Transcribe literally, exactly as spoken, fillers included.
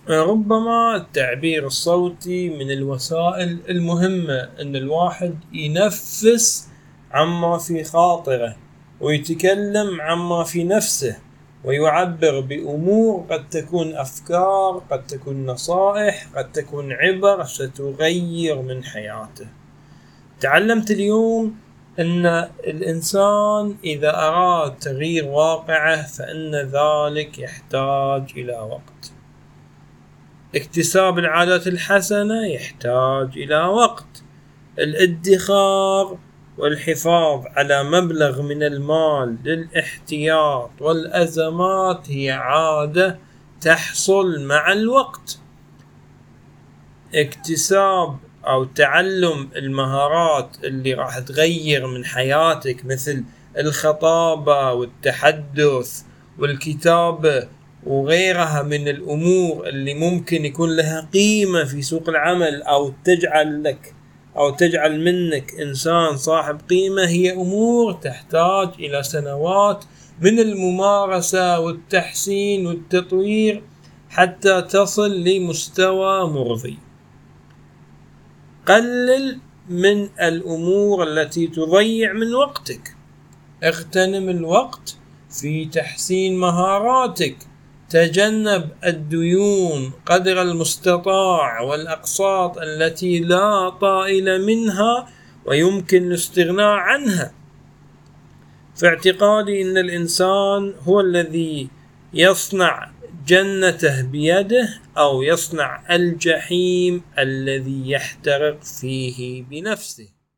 ربما التعبير الصوتي من الوسائل المهمة أن الواحد ينفس عما في خاطره ويتكلم عما في نفسه ويعبر بأمور قد تكون أفكار، قد تكون نصائح، قد تكون عبر ستغير من حياته. تعلمت اليوم أن الإنسان إذا أراد تغيير واقعه فإن ذلك يحتاج إلى وقت. اكتساب العادات الحسنة يحتاج إلى وقت. الادخار والحفاظ على مبلغ من المال للاحتياط والأزمات هي عادة تحصل مع الوقت. اكتساب أو تعلم المهارات اللي راح تغير من حياتك مثل الخطابة والتحدث والكتابة وغيرها من الأمور اللي ممكن يكون لها قيمة في سوق العمل أو تجعل لك أو تجعل منك إنسان صاحب قيمة، هي أمور تحتاج إلى سنوات من الممارسة والتحسين والتطوير حتى تصل لمستوى مرضي. قلل من الأمور التي تضيع من وقتك. اغتنم الوقت في تحسين مهاراتك. تجنب الديون قدر المستطاع والأقساط التي لا طائل منها ويمكن الاستغناء عنها. في اعتقادي أن الإنسان هو الذي يصنع جنته بيده أو يصنع الجحيم الذي يحترق فيه بنفسه.